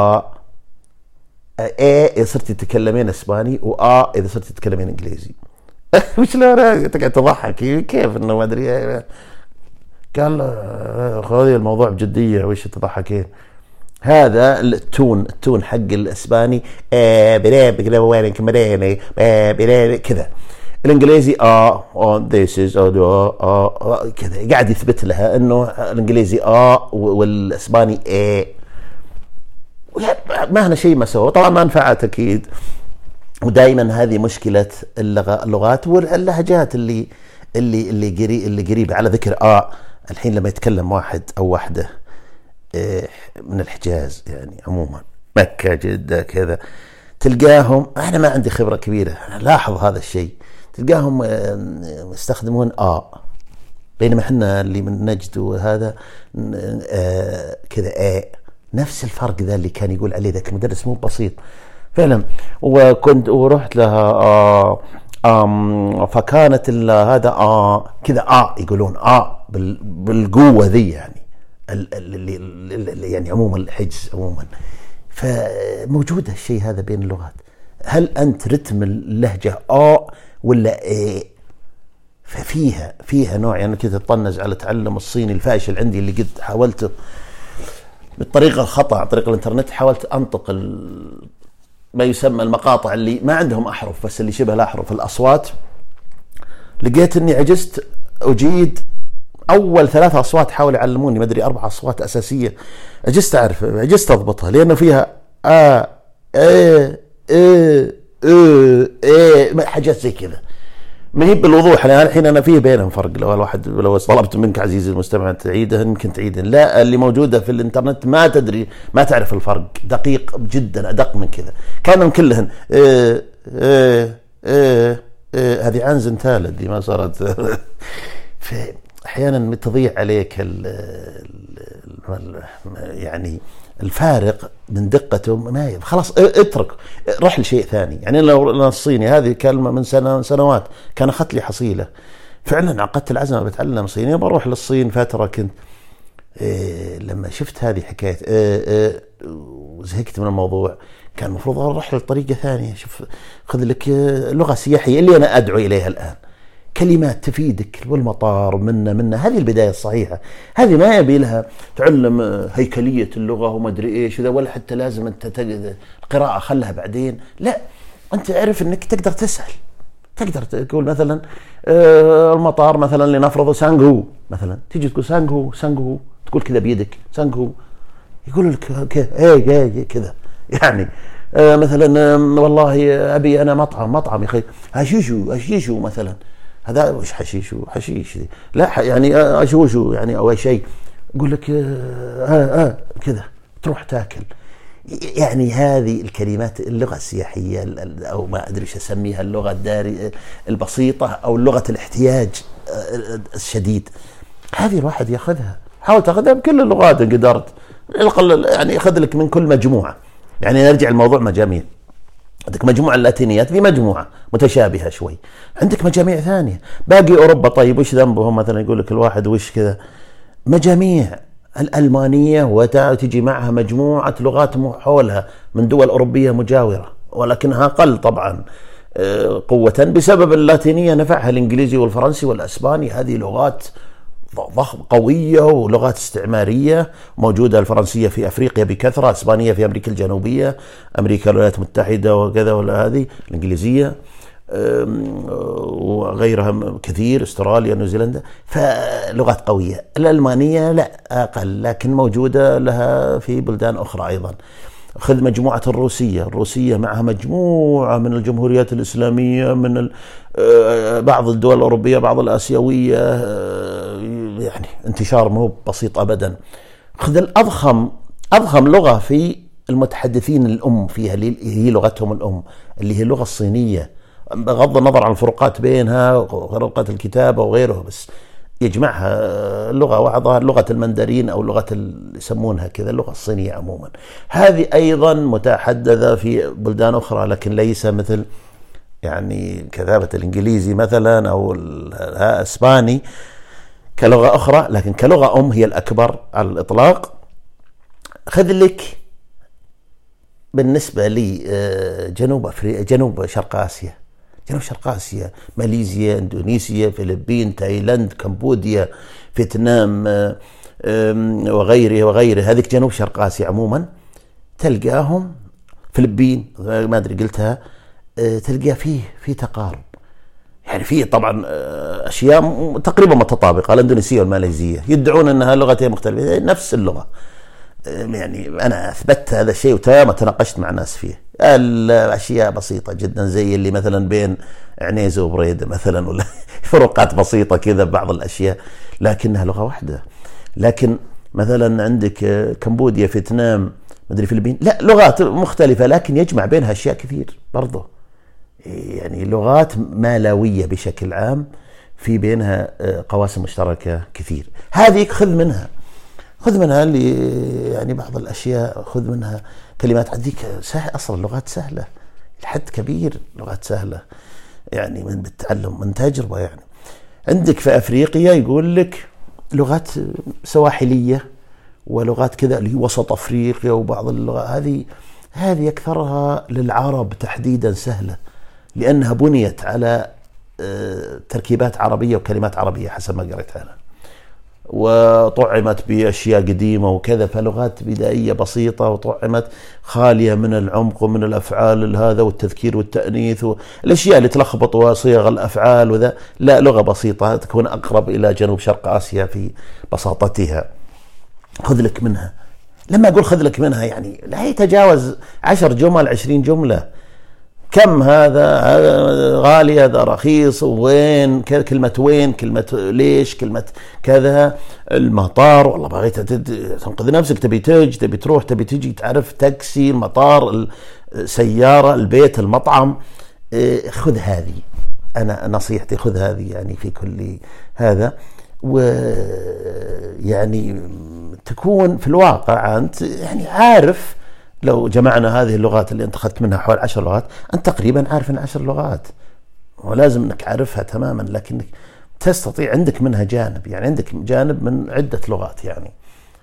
اذا صرتي تتكلمين اسباني، اذا صرتي تتكلمين انجليزي. وش لا تقعد تضحك كيف انه ما ادري. قال خذي الموضوع بجديه، وش تضحكين؟ هذا التون حق الاسباني كذا. الانجليزي this is كذا، قاعد يثبت لها انه الانجليزي والاسباني ما هنا شيء ما سوى. طبعا ما نفعت اكيد، ودائما هذه مشكله اللغات واللهجات اللي قريبه على ذكر الحين لما يتكلم واحد او واحده من الحجاز يعني عموما مكه جده كذا، تلقاهم، انا ما عندي خبره كبيره، انا لاحظ هذا الشيء، تلقاهم يستخدمون بينما احنا اللي من نجد وهذا كذا نفس الفرق ذا اللي كان يقول عليه ذاك المدرس مو بسيط فعلا. ورحت لها فكانت هذا كذا يقولون بالقوه ذي يعني اللي يعني عموما الحجز عموما. فموجود الشيء هذا بين اللغات. هل أنت رتم اللهجة ولا ففيها نوع يعني كذا تطنز على تعلم الصيني الفاشل عندي اللي قد حاولته بالطريقة الخطأ عن طريق الانترنت. حاولت أنطق ما يسمى المقاطع اللي ما عندهم أحرف بس اللي شبه الأحرف الأصوات. لقيت أني عجزت أجيد أول 3 أصوات حاولوا يعلموني ما أدري 4 أصوات أساسية، عجزت أضبطها لأنه فيها حاجات زي كذا ما هي بالوضوح. الحين أنا فيه بينهم فرق. لو الواحد لو طلبت منك عزيزي المستمع تعيدها يمكن تعيدها، لا اللي موجودة في الانترنت ما تدري ما تعرف الفرق، دقيق جدا أدق من كذا. كانوا كلهن هذه عنزن ثالث دي ما صارت أحيانا تضيع عليك يعني الفارق من دقته ما خلاص اترك روح لشيء ثاني. يعني لو الصيني هذه كلمة من سنوات كان أخذت لي حصيلة فعلا، عقدت العزم بتعلم صيني بروح للصين فترة. كنت لما شفت هذه حكاية وزهقت من الموضوع، كان المفروض أروح لطريقة ثانية. شوف خذ لك لغة سياحية اللي أنا أدعو إليها الآن، كلمات تفيدك والمطار منا هذه البداية الصحيحة. هذه ما يبي لها تعلم هيكلية اللغة وما أدري إيش ولا حتى لازم أنت القراءة خلها بعدين. لا، أنت عارف أنك تقدر تسأل، تقدر تقول مثلا المطار مثلا لنفرض سانغهو مثلا، تيجي تقول سانغهو تقول كذا بيدك سانغهو، يقول لك كذا يعني مثلا والله أبي أنا مطعم يا أخي هشيشو مثلا. هذا وش حشيش دي؟ لا يعني أشوشو يعني أو شيء، يقول لك كذا تروح تاكل. يعني هذه الكلمات اللغة السياحية أو ما أدري ايش أسميها، اللغة البسيطة أو لغة الاحتياج الشديد، هذه الواحد يأخذها. حاول تأخذها بكل اللغات إن قدرت، يعني أخذ لك من كل مجموعة. يعني نرجع الموضوع مجاميع، عندك مجموعة اللاتينيات في مجموعة متشابهة شوي، عندك مجاميع ثانية. باقي أوروبا طيب وش ذنبهم؟ مثلا يقول لك الواحد وش كذا مجاميع الألمانية وتجي معها مجموعة لغات حولها من دول أوروبية مجاورة، ولكنها أقل طبعا قوة بسبب اللاتينية. نفعها الإنجليزي والفرنسي والأسباني، هذه لغات ضخم قوية ولغات استعمارية موجودة. الفرنسية في أفريقيا بكثرة، إسبانية في أمريكا الجنوبية، أمريكا الولايات المتحدة وكذا، ولا هذه الإنجليزية وغيرها كثير، استراليا، نيوزيلندا، فلغات قوية. الألمانية لا أقل، لكن موجودة لها في بلدان أخرى أيضا. خذ مجموعة الروسية معها مجموعة من الجمهوريات الإسلامية، من بعض الدول الأوروبية، بعض الآسيوية، يعني انتشار مو بسيط أبدا. خذ أضخم لغة في المتحدثين الأم فيها هي لغتهم الأم اللي هي اللغة الصينية، بغض النظر عن الفروقات بينها وفروقات الكتابة وغيره، بس يجمعها لغة واحدة، لغة المندرين أو لغة يسمونها كذا اللغة الصينية عموما. هذه أيضا متحدثة في بلدان أخرى، لكن ليس مثل يعني كتابة الإنجليزي مثلا أو الإسباني كلغة أخرى، لكن كلغة أم هي الأكبر على الإطلاق. خذ لك بالنسبة لي جنوب شرق آسيا، ماليزيا، إندونيسيا، فلبين، تايلاند، كمبوديا، فيتنام وغيره. هذيك جنوب شرق آسيا عموما تلقاهم، فلبين ما أدري قلتها، تلقى فيه تقارب، يعني فيه طبعا أشياء تقريبا متطابقة. الإندونيسية والماليزية يدعون أنها لغتين مختلفة، نفس اللغة. يعني أنا أثبتت هذا الشيء وتمام تناقشت مع ناس فيه. الأشياء بسيطة جدا زي اللي مثلا بين عنيزة وبريدة مثلا، ولا فروقات بسيطة كذا بعض الأشياء، لكنها لغة واحدة. لكن مثلا عندك كمبوديا، فيتنام، مدري فلبين، لا لغات مختلفة لكن يجمع بينها أشياء كثير برضو، يعني لغات مالوية بشكل عام، في بينها قواسم مشتركة كثير. هذه خذ منها اللي يعني بعض الأشياء، خذ منها كلمات. هذيك أصلا اللغات سهلة لحد كبير، لغات سهلة يعني من بالتعلم، من تجربة. يعني عندك في أفريقيا يقول لك لغات سواحلية ولغات كذا اللي هي وسط أفريقيا، وبعض اللغات هذه أكثرها للعرب تحديدا سهلة، لأنها بنيت على تركيبات عربية وكلمات عربية حسب ما قريت عنها، وطعمت بأشياء قديمة وكذا، فلغات بدائية بسيطة وطعمت خالية من العمق ومن الأفعال هذا والتذكير والتأنيث والأشياء اللي تلخبط وصيغ الأفعال وذا. لا، لغة بسيطة تكون أقرب إلى جنوب شرق آسيا في بساطتها. خذ لك منها. لما أقول خذ لك منها يعني لا يتجاوز 10 جمل 20 جملة. كم هذا غالي، هذا رخيص، وين كلمة وين، كلمة ليش، كلمة كذا، المطار والله بغيت تنقذ نفسك، تبي تبي تروح، تبي تجي، تعرف تاكسي، المطار، السيارة، البيت، المطعم. خذ هذه، أنا نصيحتي خذ هذه يعني في كل هذا. ويعني تكون في الواقع أنت يعني عارف، لو جمعنا هذه اللغات اللي انت اخذت منها حوالي 10 لغات، انت تقريبا عارف ان 10 لغات، ولازم انك عارفها تماما، لكنك تستطيع عندك منها جانب، يعني عندك جانب من عدة لغات. يعني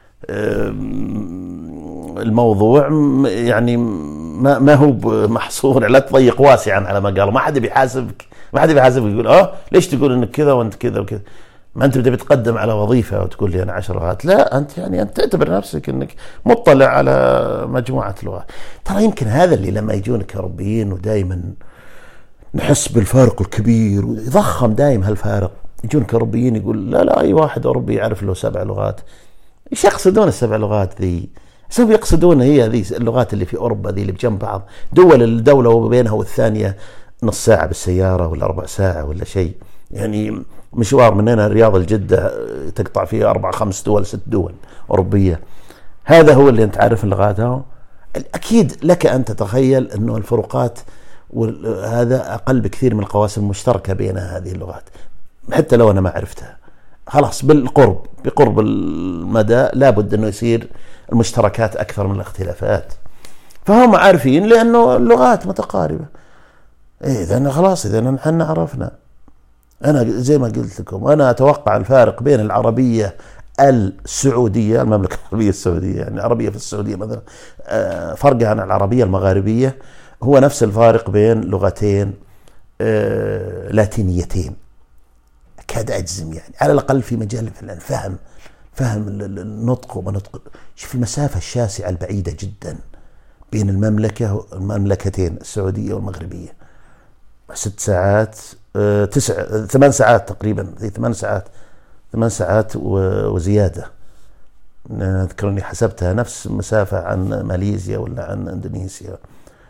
الموضوع يعني ما هو محصور، لا تضيق واسعا على ما قالوا. ما حد بيحاسبك يقول ليش تقول انك كذا وانت كذا وكذا. ما أنت بدي بتقدم على وظيفة وتقول لي أنا 10 لغات، لا، أنت يعني أنت تعتبر نفسك أنك مطلع على مجموعة لغات. ترى يمكن هذا اللي لما يجونك أوروبيين ودائما نحس بالفارق الكبير ويضخم دائما هالفارق، يجونك أوروبيين يقول لا أي واحد أوروبي يعرف له 7 لغات. إيش يقصدون ال7 لغات ذي؟ سوف يقصدون هي ذي اللغات اللي في أوروبا ذي اللي بجنب بعض، الدولة وبينها والثانية نص ساعة بالسيارة ولا 4 ساعة ولا شيء، يعني مشوار من هنا الرياض الجدة تقطع فيه 4 5 دول 6 دول أوروبية. هذا هو اللي أنت عارف اللغات. أكيد لك أن تتخيل أنه الفروقات وهذا أقل بكثير من القواسم المشتركة بين هذه اللغات، حتى لو أنا ما عرفتها. خلاص بقرب المدى لابد أنه يصير المشتركات أكثر من الاختلافات، فهم عارفين لأنه اللغات متقاربة. إذا خلاص، إذا نحن عرفنا. أنا زي ما قلت لكم، أنا أتوقع الفارق بين العربية السعودية، المملكة العربية السعودية، يعني العربية في السعودية مثلا، فرقها عن العربية المغاربية هو نفس الفارق بين لغتين لاتينيتين. أكاد أجزم يعني على الأقل في مجال فهم النطق ومنطق. شوف المسافة الشاسعة البعيدة جدا بين المملكتين السعودية والمغربية، 6 ساعات 8 ساعات تقريبا، 8 ساعات وزيادة. أنا أذكر أني حسبتها نفس المسافة عن ماليزيا ولا عن إندونيسيا.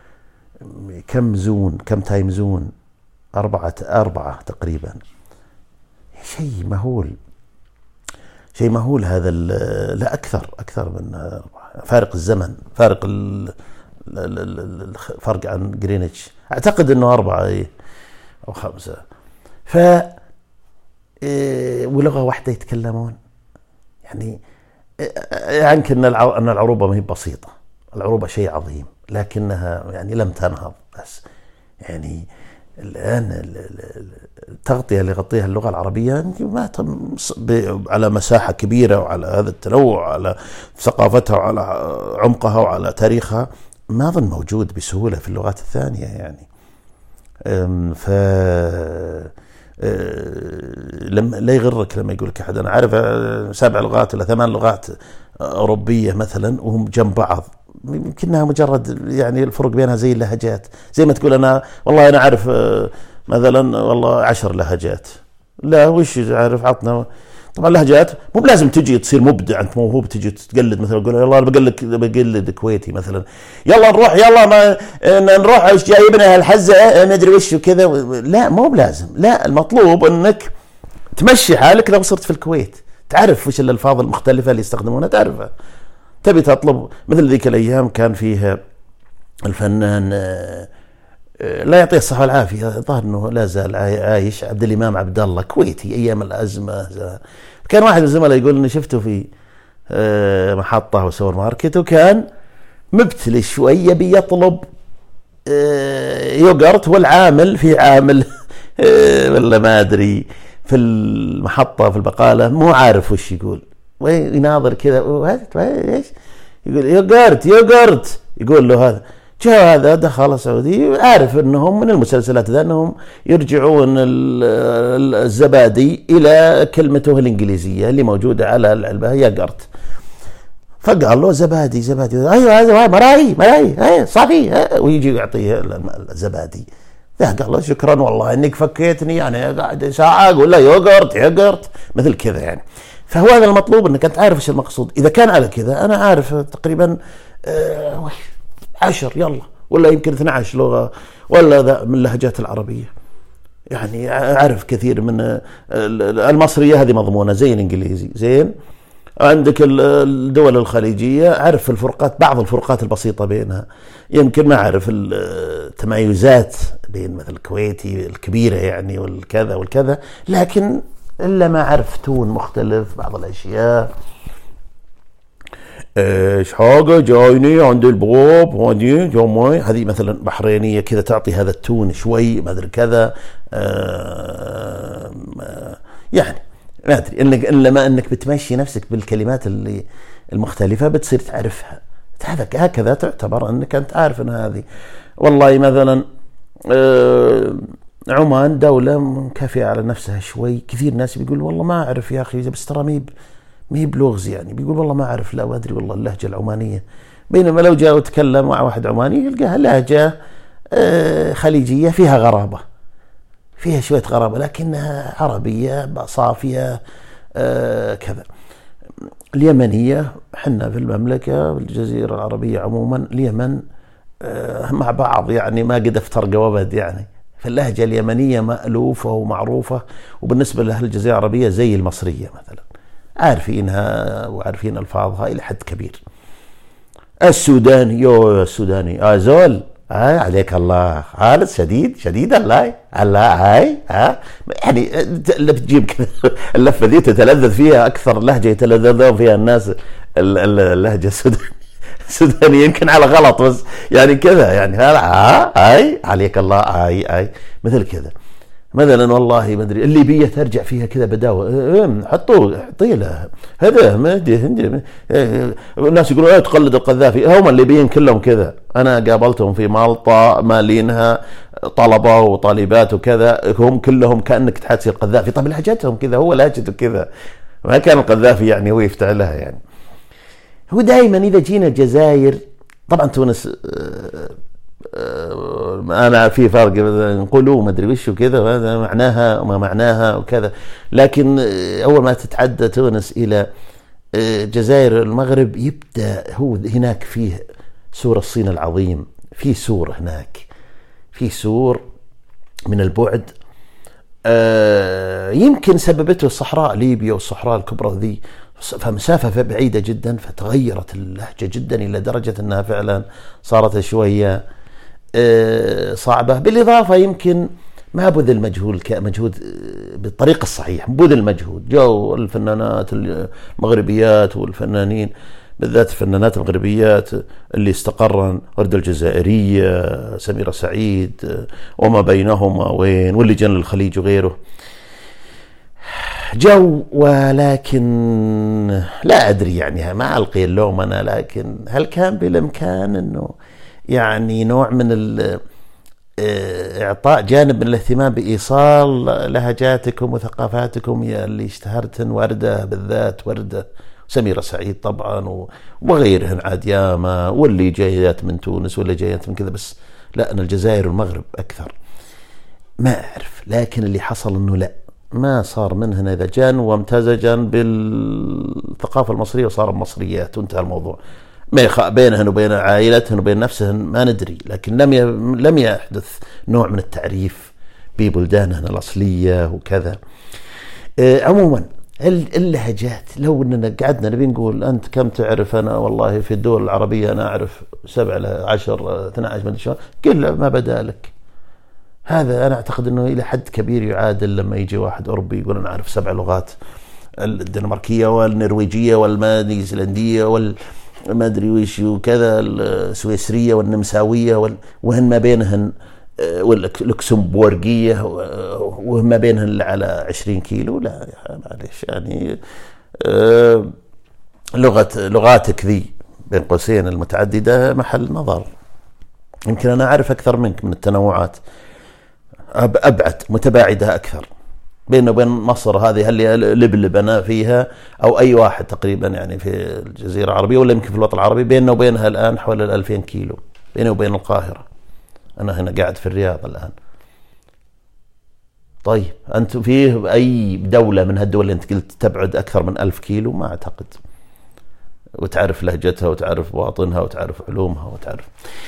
كم تايم زون؟ 4 تقريبا. شيء مهول هذا. لا أكثر من فارق الزمن، الفرق عن جرينتش أعتقد أنه 4 أو 5. ولغة واحدة يتكلمون. يعني عنك أن العروبة ما هي بسيطة، العروبة شيء عظيم، لكنها يعني لم تنهض. بس يعني الآن التغطية اللي يغطيها اللغة العربية ما على مساحة كبيرة، وعلى هذا التنوع، وعلى ثقافتها، وعلى عمقها، وعلى تاريخها، ما أظن موجود بسهولة في اللغات الثانية يعني. لا يغرك لما يقول لك أحد أنا عارف 7 لغات ولا 8 لغات أوروبية مثلا وهم جنب بعض، يمكنها مجرد يعني الفرق بينها زي اللهجات. زي ما تقول أنا والله أنا عارف مثلا والله 10 لهجات. لا وش عارف؟ عطنا. طبعا لهجات مو لازم تجي تصير مبدع أنت موهوب تجي تقلد. مثلا يقول يلا أنا بقلد كويتي مثلا، يلا نروح، يلا ما نروح ايش جايبنا هالحزة ما ادري وش وكذا. لا مو بلازم. لا المطلوب انك تمشي حالك. لو صرت في الكويت تعرف وش الألفاظ المختلفة اللي يستخدمونها، تعرفها. تبي تطلب مثل ذيك الأيام كان فيها الفنان لا يعطيه الصحة والعافية، ظهر أنه لا زال عايش، عبد الإمام عبد الله، كويتي أيام الأزمة. كان واحد من الزملاء يقول إني شفته في محطة وسوبر ماركت، وكان مبتلي شوية بيطلب يوغرت، والعامل في عامل ولا ما أدري في المحطة في البقالة مو عارف وش يقول، ويناظر كذا ايش يقول يوغرت يقول له هذا. جاء هذا دخل سعودي عارف انهم من المسلسلات ذا انهم يرجعون الزبادي الى كلمته الانجليزيه اللي موجوده على العلبه يوغرت، فقال له زبادي ايوه هذا مراي صافي، ويجي يعطيه الزبادي. قال له شكرا والله انك فكيتني، يعني قاعد ساعه اقول له يوغرت مثل كذا يعني. فهو هذا المطلوب، انك انت عارف ايش المقصود. اذا كان على كذا انا عارف تقريبا 10 يلا ولا يمكن 12 لغه ولا من اللهجات العربيه، يعني اعرف كثير من المصريه هذه مضمونه زي الانجليزي زين. عندك الدول الخليجيه اعرف الفروقات، بعض الفروقات البسيطه بينها، يمكن ما اعرف التمايزات بين مثل الكويتي الكبيره يعني والكذا، لكن إلا ما أعرف تون مختلف بعض الأشياء. إيش حاجة جايني عند البواب هادي جماي، هذه مثلا بحرينية كذا تعطي هذا التون شوي ما أدري كذا. يعني ما أدري إنك بتمشي نفسك بالكلمات اللي المختلفة بتصير تعرفها. هكذا تعتبر أنك أنت عارف أن هذه والله مثلا عمان دولة منكفئة على نفسها شوي. كثير ناس بيقول والله ما أعرف يا أخي، بس ترى مي بلغز يعني. بيقول والله ما أعرف، لا أدري والله اللهجة العمانية. بينما لو جاء وتكلم مع واحد عماني يلقاها لهجة خليجية فيها غرابة، فيها شوية غرابة، لكنها عربية صافية كذا. اليمنية حنا في المملكة في الجزيرة العربية عموما، اليمن مع بعض يعني ما قد افترق وبد يعني. فاللهجة اليمنية مألوفة ومعروفة، وبالنسبة لأهل الجزيرة العربية زي المصرية مثلا، عارفينها وعارفين ألفاظها إلى حد كبير. السوداني زول عليك الله خالص، شديد الله هاي يعني اللي بتجيب كذا اللفة دي تتلذذ فيها أكثر لهجة يتلذذون فيها الناس اللهجة السودانية يمكن على غلط بس يعني كذا يعني هاي عليك الله هاي مثل كذا. مثلا والله ما ادري الليبيه ترجع فيها كذا بداوه، حطي له هذا ما ادري الناس يقولون تقلد القذافي، هم الليبيين كلهم كذا. أنا قابلتهم في مالطا مالينها طلبة وطالبات وكذا، هم كلهم كأنك تحسي القذافي. طب لهجتهم كذا، هو لهجته كذا، ما كان القذافي يعني هو يفتعلها يعني. هو دائما إذا جينا الجزائر، طبعا تونس أنا في فرق نقولوا ما أدري وش وكذا، وهذا معناها وما معناها وكذا، لكن أول ما تتعدى تونس إلى جزائر المغرب يبدأ هو هناك فيه سور الصين العظيم، في سور هناك، في سور من البعد يمكن سببته الصحراء ليبيا والصحراء الكبرى ذي، فمسافة بعيدة جدا، فتغيرت اللهجة جدا إلى درجة أنها فعلا صارت شوية صعبة. بالإضافة يمكن ما بذل مجهود بالطريقة الصحيحة، بذل مجهود. جو الفنانات المغربيات والفنانين بالذات الفنانات المغربيات اللي استقرن، وردة الجزائرية، سميرة سعيد وما بينهما وين، واللي جن الخليج وغيره، جو. ولكن لا أدري يعني، ما ألقي اللوم أنا، لكن هل كان بالإمكان أنه يعني نوع من إعطاء جانب من الاهتمام بإيصال لهجاتكم وثقافاتكم يا اللي اشتهرتن، وردة بالذات، وردة سميرة سعيد طبعا وغيرهن عاد ياما، واللي جايات من تونس واللي جايات من كذا، بس لا أنا الجزائر والمغرب أكثر. ما أعرف، لكن اللي حصل أنه لا، ما صار منهن إذا جان وامتزجن بالثقافة المصرية وصار مصريات وانتهى الموضوع. ما بينهن وبين عائلتهن وبين نفسهن ما ندري، لكن لم يحدث نوع من التعريف ببلدانهن الأصلية وكذا. عموما اللهجات، لو اننا قعدنا نبي نقول انت كم تعرف، انا والله في الدول العربية انا اعرف 7 10 12 من شهر، قل ما بدا لك. هذا انا اعتقد انه الى حد كبير يعادل لما يجي واحد اوروبي يقول انا اعرف 7 لغات، الدنماركية والنرويجية والنيوزيلندية ما ادري وش وكذا، السويسرية والنمساوية وهن ما بينهن، واللوكسمبورغية وما بينهن على 20 كيلو. لا معليش يعني، لغاتك ذي بين قوسين المتعددة محل نظر. يمكن أنا أعرف أكثر منك من التنوعات، أبعد متباعدة أكثر بيننا وبين مصر هذه اللي لبلب أنا فيها، أو أي واحد تقريبا يعني في الجزيرة العربية ولا يمكن في الوطن العربي، بيننا وبينها الآن حوالي 2000 كيلو بيننا وبين القاهرة. أنا هنا قاعد في الرياض الآن. طيب أنت فيه أي دولة من هالدول اللي أنت قلت تبعد أكثر من 1000 كيلو؟ ما أعتقد. وتعرف لهجتها وتعرف باطنها وتعرف علومها وتعرف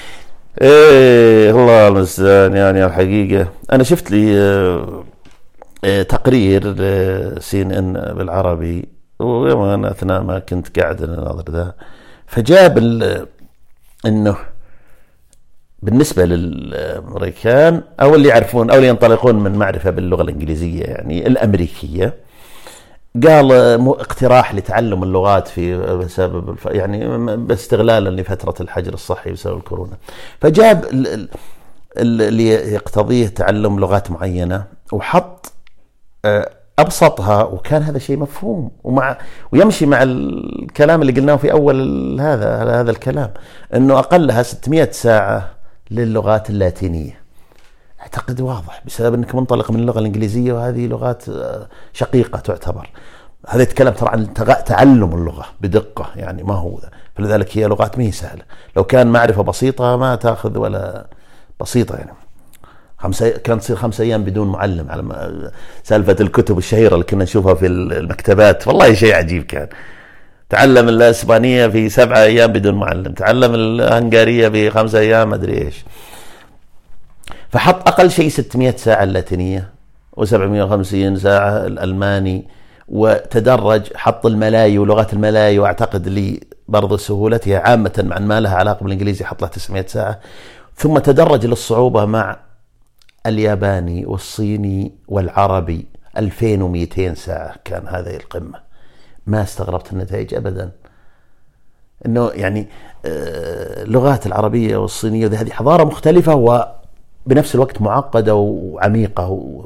الله المستعان. يعني الحقيقة أنا شفت لي تقرير CNN بالعربي، وأنا أثناء ما كنت قاعد أناظر ذا، فجاب إنه بالنسبة للأمريكان أو اللي يعرفون أو اللي ينطلقون من معرفة باللغة الإنجليزية يعني الأمريكية، قال اقتراح لتعلم اللغات بسبب يعني باستغلالا لفترة الحجر الصحي بسبب الكورونا، فجاب اللي يقتضيه تعلم لغات معينة وحط أبسطها، وكان هذا شيء مفهوم ويمشي مع الكلام اللي قلناه في أول هذا الكلام، أنه أقلها 600 ساعة للغات اللاتينية. أعتقد واضح بسبب أنك منطلق من اللغة الإنجليزية، وهذه لغات شقيقة تعتبر. هذا يتكلم ترى عن تعلم اللغة بدقة، يعني ما هو ذا، فلذلك هي لغات ما هي سهلة. لو كان معرفة بسيطة ما تأخذ ولا بسيطة يعني. كان تصير 5 أيام بدون معلم، على سالفة الكتب الشهيرة اللي كنا نشوفها في المكتبات، والله شيء عجيب. كان تعلم الإسبانية في 7 أيام بدون معلم، تعلم الهنغارية في 5 أيام ما أدري إيش. فحط أقل شيء 600 ساعة اللاتينية و750 ساعة الألماني، وتدرج حط الملاي ولغات الملاي، وأعتقد لي برضو سهولتها عامة مع ما لها علاقة بالإنجليزي حط لها 900 ساعة، ثم تدرج للصعوبة مع الياباني والصيني والعربي 2200 ساعة. كان هذه القمة. ما استغربت النتائج أبدا، إنه يعني اللغات العربية والصينية هذه حضارة مختلفة وبنفس الوقت معقدة وعميقة،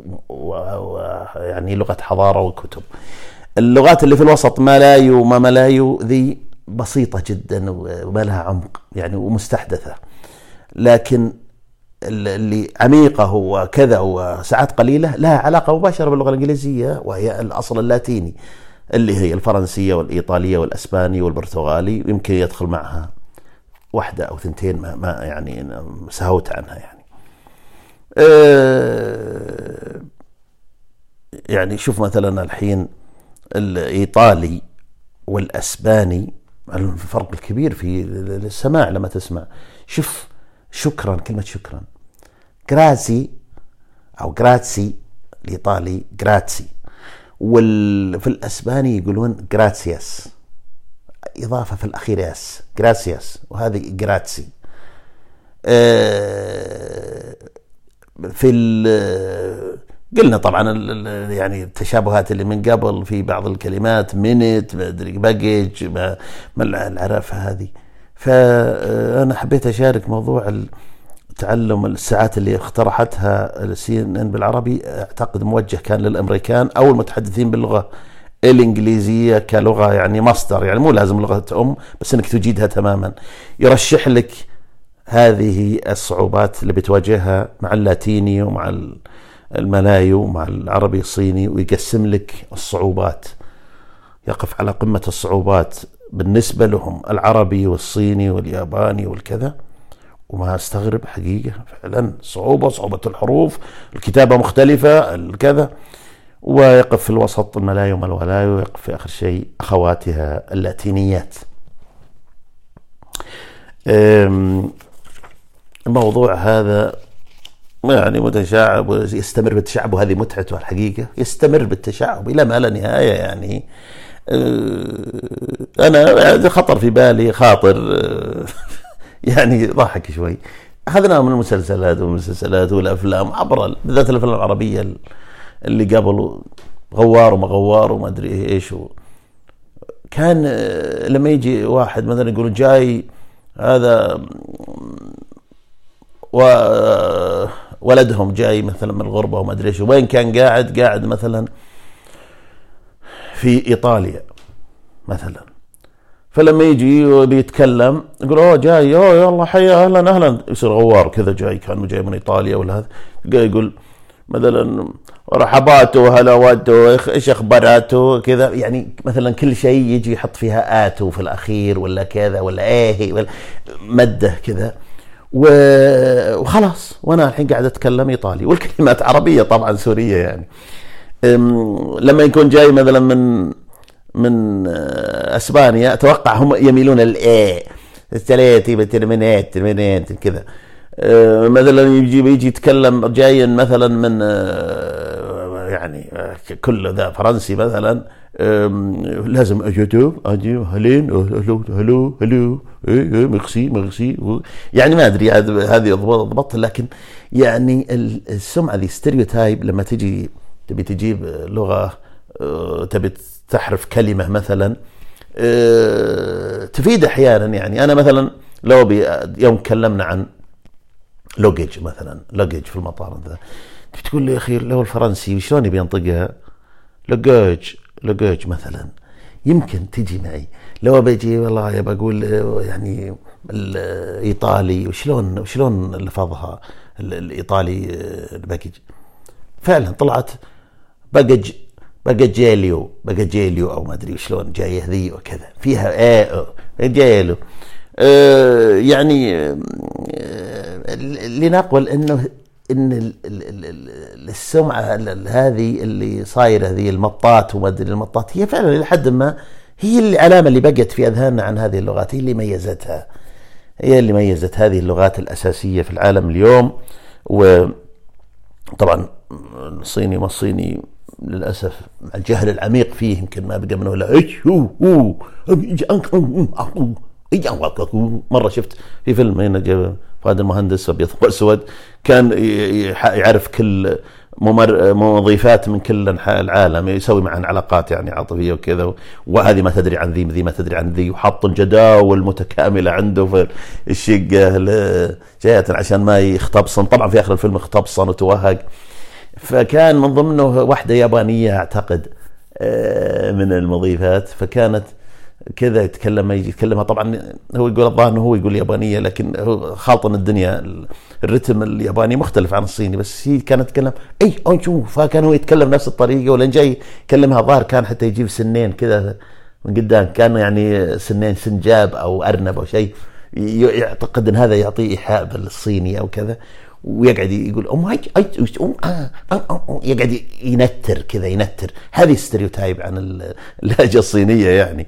ويعني لغة حضارة وكتب. اللغات اللي في الوسط ملايو وما ملايو ذي بسيطة جدا وما لها عمق يعني ومستحدثة. لكن اللي عميقة وكذا وساعات قليلة لها علاقة مباشرة باللغة الإنجليزية، وهي الأصل اللاتيني اللي هي الفرنسية والإيطالية والأسباني والبرتغالي، يمكن يدخل معها واحدة أو ثنتين ما يعني سهوت عنها يعني شوف مثلا الحين الإيطالي والأسباني الفرق الكبير في السماع لما تسمع. شوف شكرا، كلمة شكرا جرازي أو جراتسي، الإيطالي جراتسي، وفي الأسباني يقولون جراتسياس، إضافة في الأخير ياس، جراسياس، وهذه جراتسي. قلنا طبعا يعني التشابهات اللي من قبل في بعض الكلمات، منت ما ادري باجج ما العرفة هذه. فأنا حبيت أشارك موضوع تعلم الساعات اللي اقترحتها CNN بالعربي، أعتقد موجه كان للأمريكان أو المتحدثين باللغة الإنجليزية كلغة يعني مصدر، يعني مو لازم لغة بس أنك تجيدها تماما. يرشح لك هذه الصعوبات اللي بتواجهها مع اللاتيني ومع الملاي ومع العربي الصيني، ويقسم لك الصعوبات، يقف على قمة الصعوبات بالنسبة لهم العربي والصيني والياباني والكذا. وما استغرب حقيقة فعلا صعوبة الحروف، الكتابة مختلفة الكذا، ويقف في الوسط الملاي والولاي، ويقف في آخر شيء أخواتها اللاتينيات. الموضوع هذا يعني متشعب ويستمر بالتشعب، وهذه متعته الحقيقة، يستمر بالتشعب إلى ما لا نهاية. يعني أنا خطر في بالي خاطر يعني ضحك شوي، أخذناه من المسلسلات والأفلام عبر بالذات الأفلام العربية اللي قبل غوار وما غوار وما أدري إيش. كان لما يجي واحد مثلا يقول جاي هذا ولدهم جاي مثلا من الغربة وما أدري إيش، وين كان قاعد مثلا في إيطاليا مثلا، فلما يجي بيتكلم يقول جاي يلا حيا أهلا يصير غوار كذا، كانوا جاي من إيطاليا ولا هذا، يقول مثلا رحباته هلاواته ايش اخباراته كذا، يعني مثلا كل شيء يجي يحط فيها آتو في الأخير ولا كذا ولا ولا مده كذا، وخلاص. وانا الحين قاعد اتكلم ايطالي والكلمات عربيه طبعا سوريه. يعني لما يكون جاي مثلا من اسبانيا، اتوقع هم يميلون للاي الثلاثي بالترمينات كذا. مثلا يجي يتكلم جاي مثلا من يعني كل ذا فرنسي مثلا، لازم اجي هلين هلو ميرسي يعني ما ادري هذه ضبط. لكن يعني السمعه ذي ستيريوتايب، لما تبي تجيب لغه، تبي تحرف كلمه مثلا، تفيد احيانا. يعني انا مثلا لو يوم تكلمنا عن لوجيج مثلا، لوجيج في المطار، تقول لي يا اخي لو الفرنسي شلون بينطقها لوجيج مثلا، يمكن تجي معي. لو بيجي والله بقول يعني الايطالي وشلون لفظها الايطالي الباكج، فعلا طلعت باجيليو او ما ادري شلون جايه ذي وكذا، فيها جايلو. يعني لنقول ان السمعه هذه اللي صايره، هذه المطات وما ادري المطات، هي فعلا لحد ما هي العلامه اللي بقت في اذهاننا عن هذه اللغات، هي اللي ميزت هذه اللغات الاساسيه في العالم اليوم. وطبعا الصيني ما الصيني للاسف مع الجهل العميق فيه يمكن ما بقى منه الا مرة شفت في فيلم هنا جاب فؤاد المهندس أبيض وأسود، كان يعرف كل مضيفات من كل أنحاء العالم، يسوي معهم علاقات يعني عاطفية وكذا، وهذه ما تدري عن ذي ما تدري عن ذي، وحط الجداول متكاملة عنده في الشقة جاية عشان ما يختبصن. طبعا في آخر الفيلم اختبصن وتوهق. فكان من ضمنه واحدة يابانية أعتقد من المضيفات، فكانت كذا يتكلم، يجي يتكلمها. طبعا هو يقول الظاهر انه هو يقول يابانيه، لكن هو خالطن الدنيا، الرتم الياباني مختلف عن الصيني، بس هي كانت تتكلم اي انشو، فكان هو يتكلم نفس الطريقه، ولين جاي يكلمها ظاهر كان حتى يجيب سنين كذا من قدام، كان يعني سنين سنجاب او ارنب او شيء، يعتقد ان هذا يعطيه ايحاء بالصيني او كذا، ويقعد يقول يقعد ينتر كذا، ينتر. هذه ستيريوتايب عن اللهجه الصينيه يعني.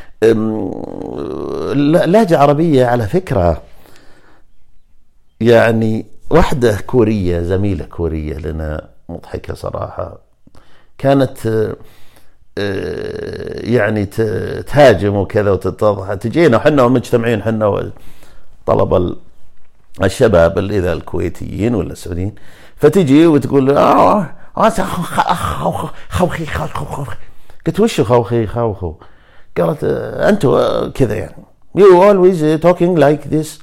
لهجه عربيه على فكره، يعني واحده كوريه، زميله كوريه لنا مضحكه صراحه، كانت يعني تهاجم وكذا وتتضح، تجينا وحنا مجتمعين، حنا طلب الشباب إذا الكويتيين ولا السعوديين، فتجي وتقول خوخي، قلت وشو خوخي؟ قالت أنتوا كذا يعني you always talking like this.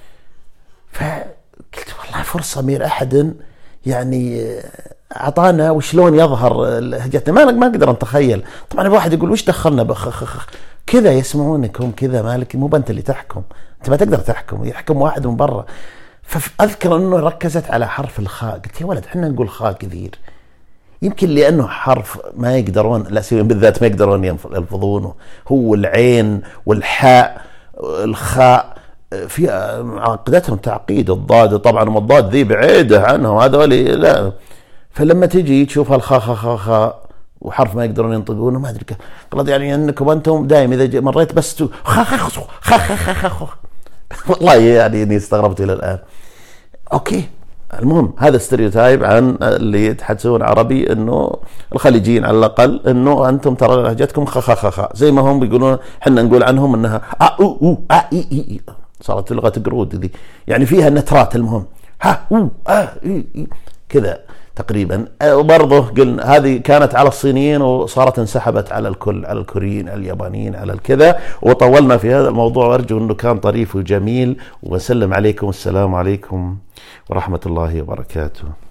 فقلت والله فرصة مير أحد يعني أعطانا وشلون يظهر لهجتنا، ما نقدر نتخيل. طبعا الواحد يقول وش دخلنا كذا، يسمعونكم كذا، مالك مو بنت اللي تحكم، انت ما تقدر تحكم، يحكم واحد من برا. فأذكر انه ركزت على حرف الخاء، قلت يا ولد احنا نقول خاء كثير، يمكن لانه حرف ما يقدرون، لا سيما بالذات ما يقدرون يلفظونه، هو العين والحاء الخاء في عقدتهم تعقيد. الضاد طبعا الضاد ذي بعيده عنهم هذول، لا. فلما تجي تشوف الخاء خاء وحرف ما يقدرون ينطقونه، ما ادري قلت يعني انكم انتم دائما اذا مريت بس والله يعني اني استغربت الى الان. اوكي، المهم هذا ستيريوتايب عن اللي يتحدثون عربي، انه الخليجيين على الاقل، انه انتم ترى لهجتكم زي ما هم بيقولون، حنا نقول عنهم انها صارت لغه قرود ذي، يعني فيها نترات. المهم كذا تقريبا. وبرضه قلنا هذه كانت على الصينيين وصارت انسحبت على الكل، على الكوريين، على اليابانيين، على الكذا، وطولنا في هذا الموضوع، وارجو انه كان طريف وجميل. وسلم عليكم، السلام عليكم ورحمة الله وبركاته.